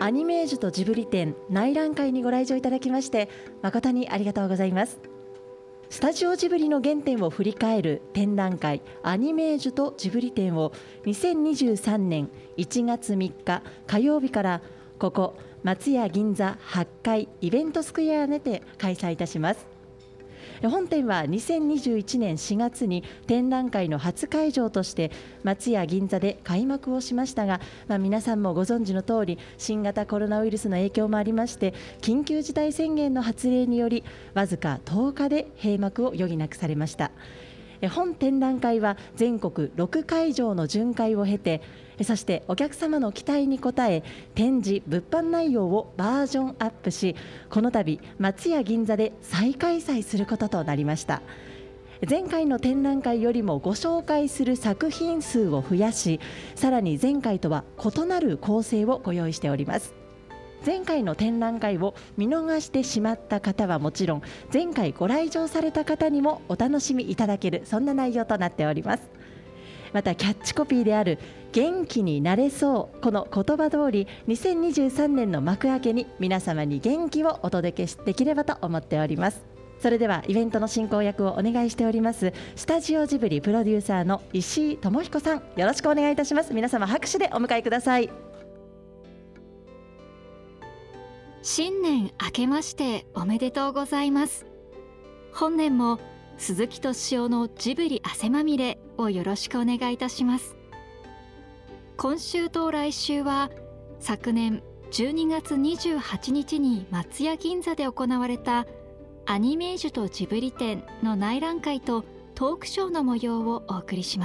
アニメージュとジブリ展内覧会にご来場いただきまして誠にありがとうございます。スタジオジブリの原点を振り返る展覧会アニメージュとジブリ展を2023年1月3日火曜日からここ松屋銀座8階イベントスクエアにて開催いたします。本展は2021年4月に展覧会の初会場として松屋銀座で開幕をしましたが、皆さんもご存知の通り新型コロナウイルスの影響もありまして緊急事態宣言の発令によりわずか10日で閉幕を余儀なくされました。本展覧会は全国6会場の巡回を経て、そしてお客様の期待に応え展示物販内容をバージョンアップし、この度松屋銀座で再開催することとなりました。前回の展覧会よりもご紹介する作品数を増やし、さらに前回とは異なる構成をご用意しております。前回の展覧会を見逃してしまった方はもちろん、前回ご来場された方にもお楽しみいただける、そんな内容となっております。またキャッチコピーである元気になれそう、この言葉通り2023年の幕開けに皆様に元気をお届けできればと思っております。それではイベントの進行役をお願いしておりますスタジオジブリプロデューサーの石井智彦さん、よろしくお願いいたします。皆様拍手でお迎えください。 新年明けましておめでとうございます。本年も鈴木敏夫のジブリ汗まみれをよろしくお願いいたします。今週と来週は昨年12月28日に松屋銀座で行われたアニメージュとジブリ展の内覧会とトークショーの模様をお送りします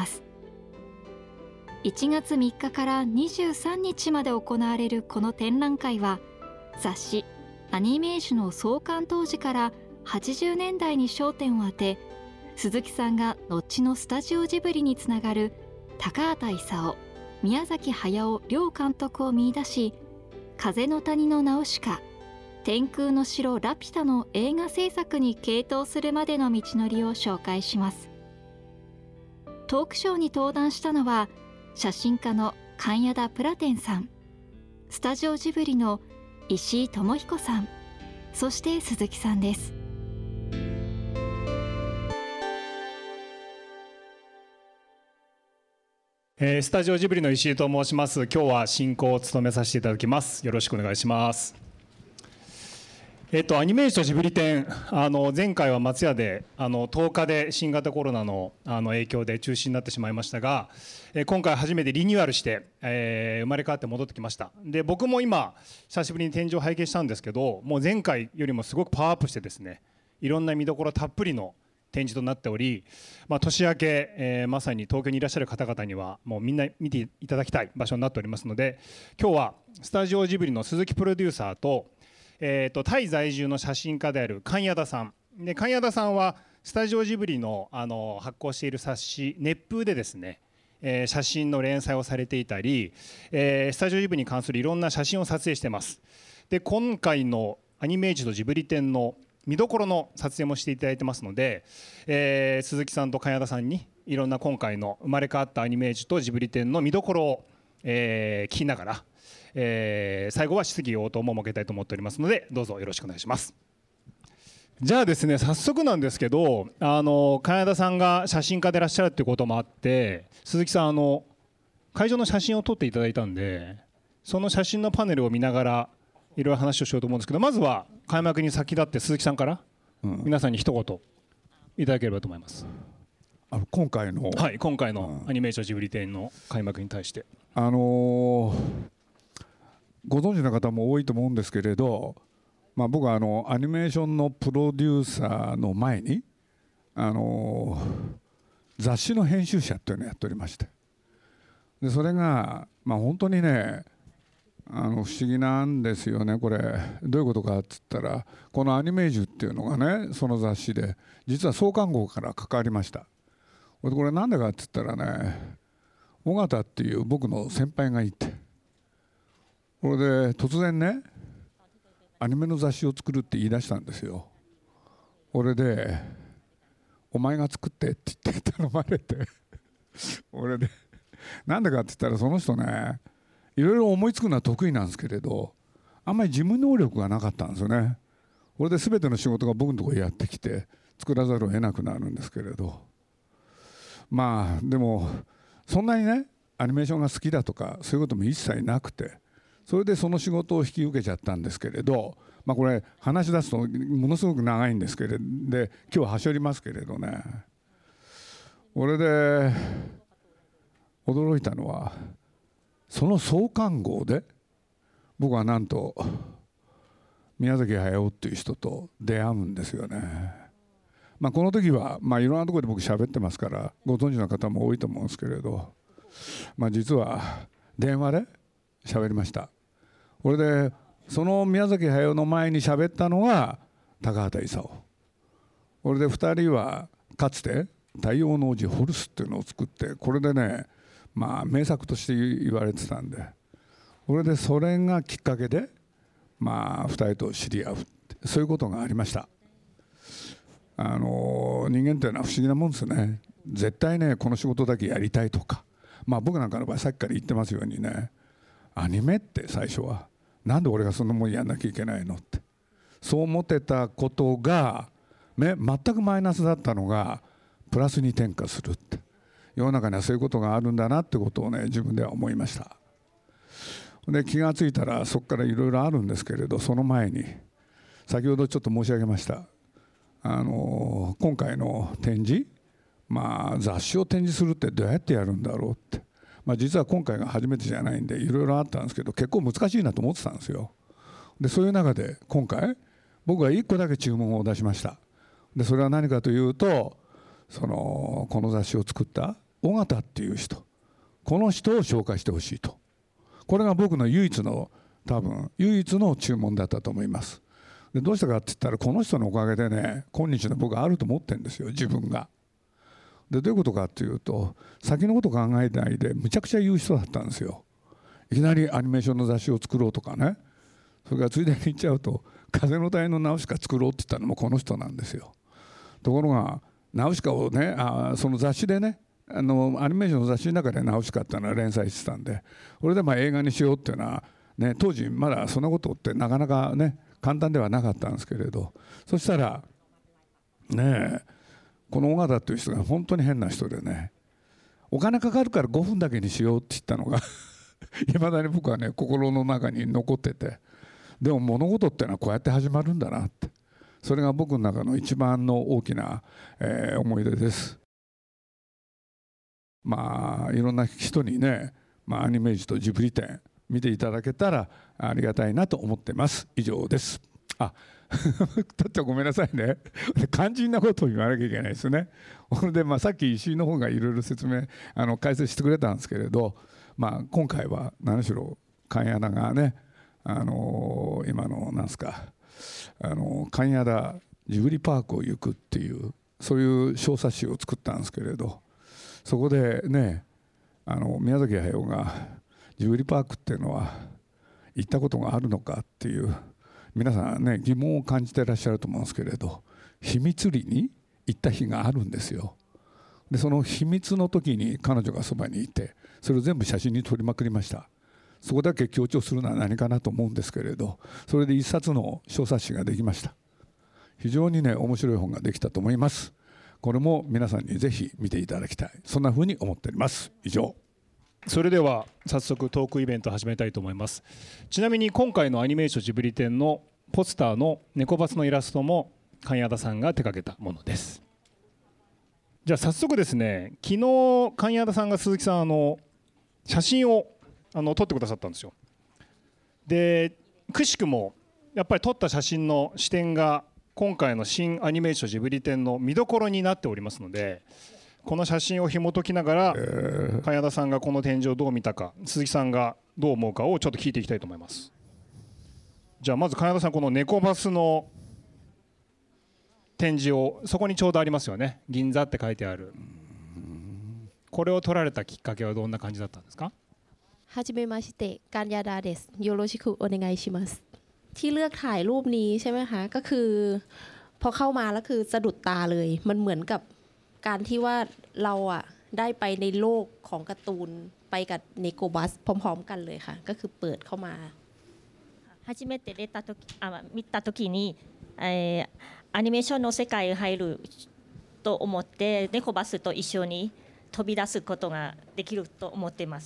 。1月3日から23日まで行われるこの展覧会は、雑誌アニメージュの創刊当時から80年代に焦点を当て、鈴木さんが後のスタジオジブリにつながる高畑勲、宮崎駿両監督を見出し、風の谷のナウシカ、天空の城ラピュタの映画制作に傾倒するまでの道のりを紹介します。トークショーに登壇したのは写真家の神谷田プラテンさん、スタジオジブリの石井智彦さん、そして鈴木さんです。 スタジオジブリの石井と申します。今日は進行を務めさせていただきます。よろしくお願いします。アニメージュとジブリ展、前回は松屋で10日で新型コロナの影響で中止になってしまいましたが、今回初めてリニューアルして、生まれ変わって戻ってきました。で、僕も今久しぶりに展示を拝見したんですけど、もう前回よりもすごくパワーアップしてですね、いろんな見どころたっぷりの展示となっており、年明け、まさに東京にいらっしゃる方々にはもうみんな見ていただきたい場所になっておりますので、今日はスタジオジブリの鈴木プロデューサーとタイ在住の写真家である神谷田さんで、神谷田さんはスタジオジブリの発行している冊子熱風でですね、写真の連載をされていたり、スタジオジブリに関するいろんな写真を撮影しています。で、今回のアニメージュとジブリ展の見どころの撮影もしていただいてますので、鈴木さんと神谷田さんにいろんな今回の生まれ変わったアニメージュとジブリ展の見どころを、聞きながら、最後は質疑応答も設けたいと思っておりますので、どうぞよろしくお願いします。じゃあですね、早速なんですけど、神谷田さんが写真家でいらっしゃるということもあって、鈴木さん会場の写真を撮っていただいたんで、その写真のパネルを見ながらいろいろ話をしようと思うんですけど、まずは開幕に先立って鈴木さんから皆さんに一言いただければと思います。 今回のアニメーションジブリ展の開幕に対して、 ご存知の方も多いと思うんですけれど、僕はアニメーションのプロデューサーの前に雑誌の編集者っていうのをやっておりまして、でそれが本当にね不思議なんですよね。これどういうことかっつったら、このアニメージュっていうのがね、その雑誌で実は創刊号から関わりました。これなんでかっつったらね、尾形っていう僕の先輩がいて、これで突然ねアニメの雑誌を作るって言い出したんですよ。これでお前が作ってって言って頼まれて俺でなんでかって言ったら、その人ねいろいろ思いつくのは得意なんですけれど、 あんまり事務能力がなかったんですよね。これで全ての仕事が僕のところにやってきて作らざるを得なくなるんですけれど、まあでもそんなにねアニメーションが好きだとかそういうことも一切なくて、それでその仕事を引き受けちゃったんですけれど、まあこれ話し出すとものすごく長いんですけれど、で今日ははしょりますけれどね、これで驚いたのはその創刊号で僕はなんと宮崎駿っていう人と出会うんですよね。まあこの時はまあいろんなところで僕喋ってますからご存知の方も多いと思うんですけれど、まあ実は電話で喋りました。これでその宮崎駿の前に喋ったのが高畑勲。これで2人はかつて太陽の王子ホルスっていうのを作って、これでねまあ名作として言われてたんで、これでそれがきっかけでまあ2人と知り合う、そういうことがありました。人間っていうのは不思議なもんですね。絶対ねこの仕事だけやりたいとか、まあ僕なんかの場合さっきから言ってますようにね、アニメって最初はなんで俺がそんなもんやんなきゃいけないのってそう思ってたことが、ね、全くマイナスだったのがプラスに転化するって、世の中にはそういうことがあるんだなってことをね自分では思いました。で気がついたらそこからいろいろあるんですけれど、その前に先ほどちょっと申し上げました今回の展示、まあ雑誌を展示するってどうやってやるんだろうって、まあ、実は今回が初めてじゃないんでいろいろあったんですけど結構難しいなと思ってたんですよ。でそういう中で今回僕は1個だけ注文を出しました。でそれは何かというと、この雑誌を作った尾形っていう人、この人を紹介してほしいと。これが僕の唯一の注文だったと思います。でどうしたかって言ったらこの人のおかげでね今日の僕はあると思ってるんですよ自分が。でどういうことかっていうと、先のこと考えないでむちゃくちゃ言う人だったんですよ。いきなりアニメーションの雑誌を作ろうとかね、それからついでに言っちゃうと風の谷のナウシカ作ろうって言ったのもこの人なんですよ。ところがナウシカをねその雑誌でねアニメーションの雑誌の中でナウシカっていうのは連載してたんで、これでまあ映画にしようっていうのは、ね、当時まだそんなことってなかなかね簡単ではなかったんですけれど、そしたらねこの尾形っていう人が本当に変な人でね、お金かかるから5分だけにしようって言ったのがいまだに僕はね心の中に残ってて、でも物事っていうのはこうやって始まるんだなって、それが僕の中の一番の大きな、思い出です。まあいろんな人にね、アニメージュとジブリ展見ていただけたらありがたいなと思ってます。以上です。ちょっとごめんなさいね肝心なことを言わなきゃいけないですね。ほんでさっき石井の方がいろいろ説明解説してくれたんですけれど、今回は何しろ神谷田がね今のなんすか神谷田ジブリパークを行くっていうそういう小冊子を作ったんですけれど、そこでね宮崎駿がジブリパークっていうのは行ったことがあるのかっていう皆さんね疑問を感じていらっしゃると思うんですけれど、秘密裏に行った日があるんですよ。でその秘密の時に彼女がそばにいてそれを全部写真に撮りまくりました。そこだけ強調するのは何かなと思うんですけれど、それで一冊の小冊子ができました。非常にね面白い本ができたと思います。これも皆さんにぜひ見ていただきたい、そんなふうに思っております。以上。 それでは早速トークイベント始めたいと思います。ちなみに今回のアニメーションジブリ展のポスターの猫バスのイラストも神谷田さんが手掛けたものです。じゃあ早速ですね、昨日神谷田さんが鈴木さん写真を撮ってくださったんですよ。でくしくもやっぱり撮った写真の視点が今回の新アニメーションジブリ展の見どころになっておりますので、この写真を紐解きながら神谷田さんがこの展示をどう見たか、鈴木さんがどう思うかをちょっと聞いていきたいと思います。じゃあまず神谷田さん、この猫バスの展示をそこにちょうどありますよね、銀座って書いてある。これを撮られたきっかけはどんな感じだったんですか？ はじめまして、กัญญาดาです。よろしくお願いします。ที่เลือกถ่ายรูปนี้ใช่ไหมคะก็คือพอเข้ามาแล้วคือสะดุดตาเลยมันเหมือนกับการที่ว่าเราอ่ะได้ไปในโลกของการ์ตูนไปกับเนโกบัสพร้อมๆกันเลยค่ะก็คือเปิดเข้ามา初めて見たときに、アニメーションの世界に入ると思ってネコバスと一緒に飛び出すことができると思っています。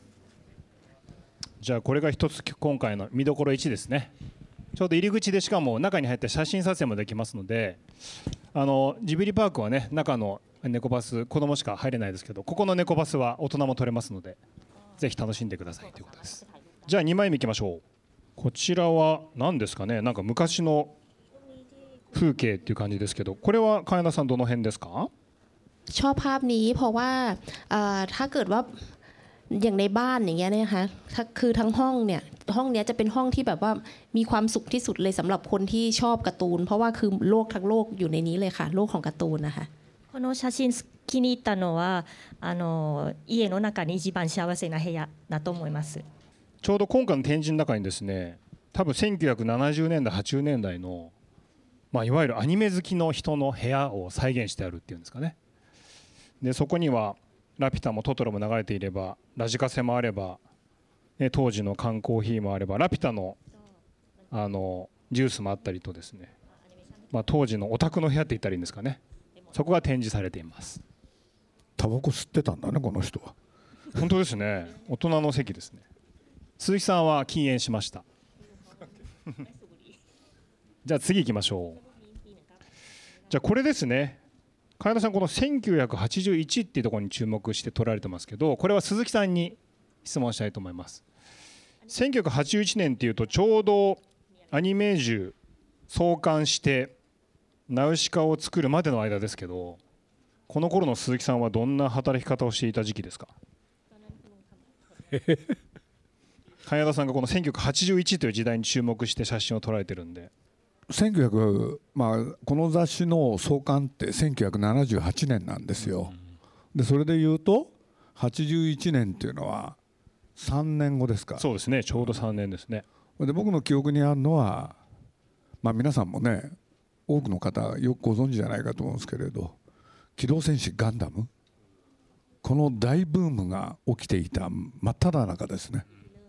じゃあこれが一つ今回の見どころ1ですね。ちょうど入り口でしかも中に入って写真撮影もできますので、ジブリパークはね中のネコバス子供しか入れないですけど、ここのネコバスは大人も撮れますのでぜひ楽しんでくださいということです。じゃあ2枚目いきましょう。こちらは何ですかね。なんか昔の風景っていう感じですけど、これは金田さんどの辺ですか？ ชอบภาพนี้เพราะว่าถ้าเกิดว่าอย่างในบ้านอย่างเงี้ยนะคะคือทั้งห้องเนี่ยห้องเนี้ยจะเป็นห้องที่แบบว่ามีความสุขที่สุดเลยสำหรับคนที่ชอบการ์ตูนเพราะว่าคือโลกทั้งโลกอยู่ในนี้เลยค่ะโลกของการ์ตูนนะคะこの写真気に入ったのは家の中に一番幸せな部屋だと思います。 ちょうど今回の展示の中にですね、多分1970年代80年代の、いわゆるアニメ好きの人の部屋を再現してあるっていうんですかね。でそこにはラピュタもトトロも流れていれば、ラジカセもあれば、当時の缶コーヒーもあれば、ラピュタのジュースもあったりとですね、当時のオタクの部屋って言ったらいいんですかね。そこが展示されています。 タバコ吸ってたんだねこの人は。 本当ですね。大人の席ですね。鈴木さんは禁煙しました。じゃあ次行きましょう。じゃあこれですね。金田さんこの1981っていうところに注目して撮られてますけど、これは鈴木さんに質問したいと思います。1981年っていうとちょうどアニメージュ創刊してナウシカを作るまでの間ですけど、この頃の鈴木さんはどんな働き方をしていた時期ですか？金田さんがこの1981という時代に注目して写真を撮られてるんで。 この雑誌の創刊って1978年なんですよ。でそれでいうと81年っていうのは3年後ですか。 そうですね、ちょうど3年ですね。 で僕の記憶にあるのは、皆さんもね多くの方よくご存知じゃないかと思うんですけれど、機動戦士ガンダム、この大ブームが起きていた真っ只中ですね。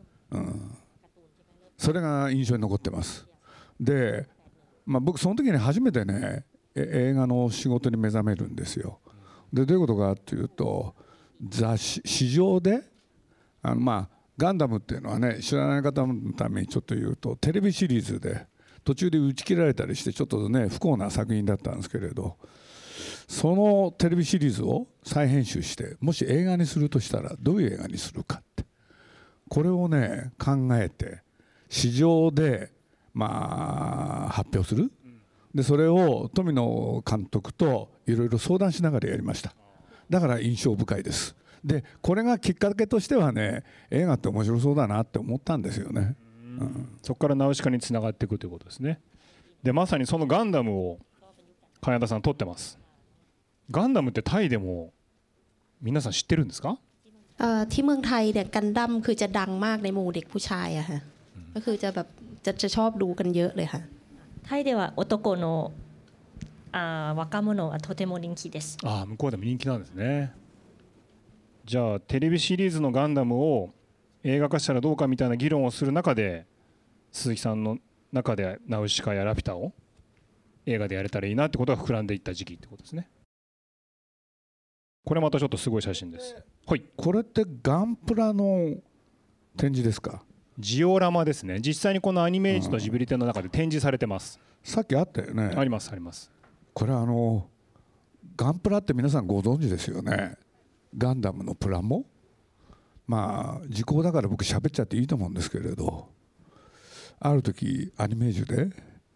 それが印象に残ってます。で僕その時に初めてね映画の仕事に目覚めるんですよ。でどういうことかっていうと、市場でガンダムっていうのはね、知らない方のためにちょっと言うと、テレビシリーズで途中で打ち切られたりしてちょっとね不幸な作品だったんですけれど、そのテレビシリーズを再編集してもし映画にするとしたらどういう映画にするかって、これをね考えて市場で発表する。でそれを富野監督といろいろ相談しながらやりました。だから印象深いです。でこれがきっかけとしてはね、映画って面白そうだなって思ったんですよね。 そこからナウシカにつながっていくということですね。でまさにそのガンダムを金田さん撮ってます。ガンダムってタイでも皆さん知ってるんですか？ ที่เมืองไทยเนี่ยกันดั้มคือจะดังมากในหมู่เด็กผู้ชายอะค่ะก็คือจะแบบจะชอบดูกันเยอะเลยค่ะ。 タイでは男の若者はとても人気です。 向こうでも人気なんですね。じゃあテレビシリーズのガンダムを映画化したらどうかみたいな議論をする中で、鈴木さんの中でナウシカやラピュタを映画でやれたらいいなってことが膨らんでいった時期ってことですね。これまたちょっとすごい写真です。はい。 これってガンプラの展示ですか？ ジオラマですね。実際にこのアニメージュとジブリ展の中で展示されてます。 さっきあったよね。 ありますあります。 これガンプラって皆さんご存知ですよね。ガンダムのプラモ、時効だから僕喋っちゃっていいと思うんですけれど、ある時アニメージュで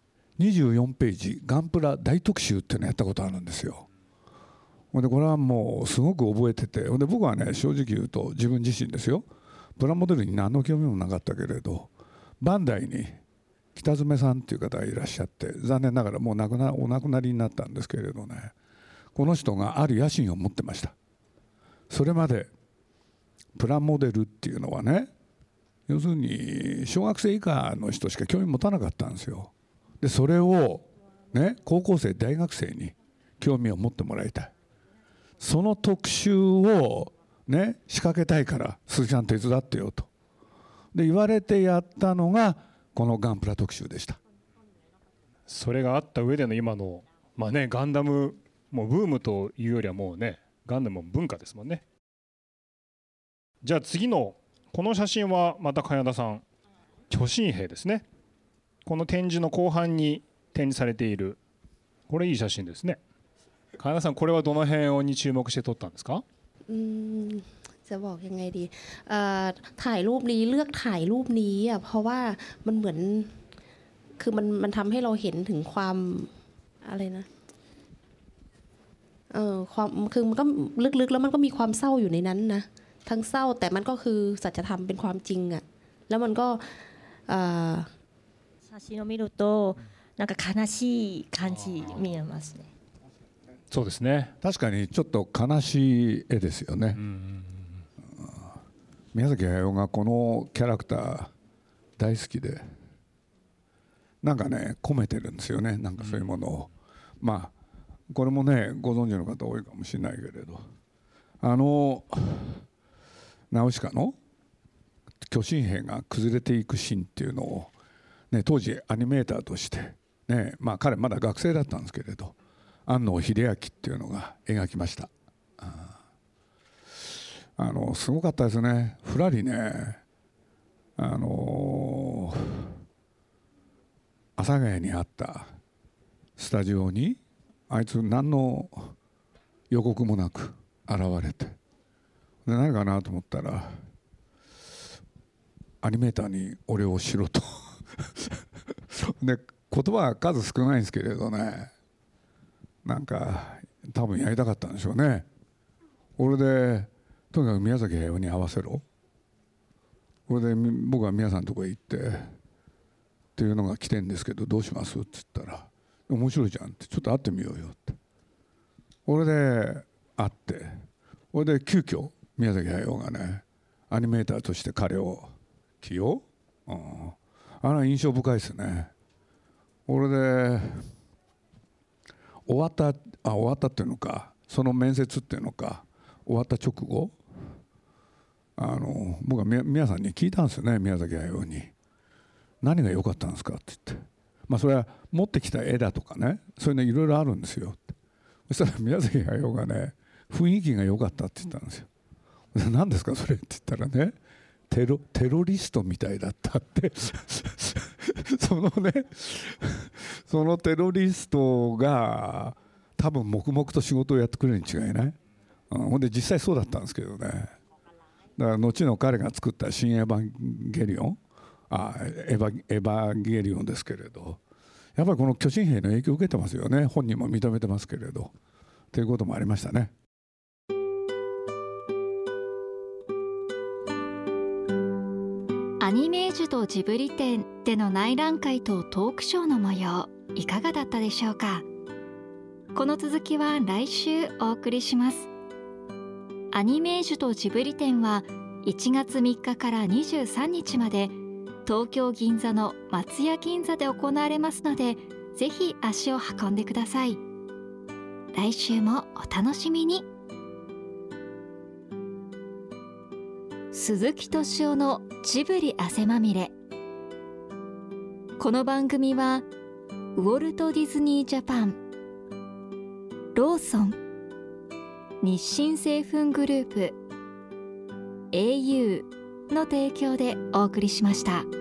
24ページガンプラ大特集っていうのやったことあるんですよ。でこれはもうすごく覚えてて、で僕はね正直言うと自分自身ですよ、プラモデルに何の興味もなかったけれど、バンダイに北爪さんっていう方がいらっしゃって、残念ながらもうお亡くなりになったんですけれどね、この人がある野心を持ってました。それまでプラモデルっていうのはね、要するに小学生以下の人しか興味持たなかったんですよ。でそれをね高校生大学生に興味を持ってもらいたい、その特集をね仕掛けたいから鈴木さん手伝ってよとで言われてやったのがこのガンプラ特集でした。 それがあった上での今の、ガンダムもうブームというよりはもうね、ガンダムも文化ですもんね。じゃあ次のこの写真はまた金田さん、巨神兵ですね。この展示の後半に展示されている、これいい写真ですね。金田さん、これはどの辺に注目して撮ったんですか？ จะบอกยังไงดีถ่ายรูปนี้เลือกถ่ายรูปนี้เพราะว่ามันเหมือนคือมันทำให้เราเห็นถึงความอะไรนะความคือมันก็ลึกๆแล้วมันก็มีความเศร้าอยู่ในนั้นนะทั้งเศร้าแต่มันก็คือสัจธรรมเป็นความจริงอ่ะแล้วมันก็写真を見るとなんか悲しい感じ見えますね。 そうですね。 確かにちょっと悲しい絵ですよね。宮崎駿がこのキャラクター大好きで、なんかね込めてるんですよね。なんかそういうものを、これもねご存知の方多いかもしれないけれど、ナウシカの巨神兵が崩れていくシーンっていうのを、当時アニメーターとして、彼まだ学生だったんですけれど、安野秀明っていうのが描きました。すごかったですね。ふらりね、阿佐ヶ谷にあったスタジオにあいつ何の予告もなく現れて、で何かなと思ったらアニメーターに俺をしろとで言葉は数少ないんですけれどね、なんか多分やりたかったんでしょうね。これでとにかく宮崎駿に合わせろ、これで僕は宮さんのとこへ行ってっていうのが来てんですけどどうしますって言ったら、面白いじゃんって、ちょっと会ってみようよって、これで会って、これで急遽宮崎駿がねアニメーターとして彼を起用、あれは印象深いですね。これで終わったっていうのか、その面接っていうのか終わった直後、僕は宮さんに聞いたんですよね。宮崎駿に何が良かったんですかって言って、それは持ってきた絵だとかね、そういうのいろいろあるんですよって。そしたら宮崎駿がね雰囲気が良かったって言ったんですよ。何ですかそれって言ったらね、テロリストみたいだったってそのテロリストが多分黙々と仕事をやってくれるに違いない。ほんで実際そうだったんですけどね。だから後の彼が作った新エヴァンゲリオン、エヴァゲリオンですけれど、やっぱりこの巨神兵の影響を受けてますよね。本人も認めてますけれどということもありましたね。 アニメージュとジブリ展での内覧会とトークショーの模様、いかがだったでしょうか。この続きは来週お送りします。アニメージュとジブリ展は1月3日から23日まで東京銀座の松屋銀座で行われますので、ぜひ足を運んでください。来週もお楽しみに。鈴木敏夫のジブリ汗まみれ。この番組はウォルト・ディズニー・ジャパン、ローソン、日清製粉グループ、au の提供でお送りしました。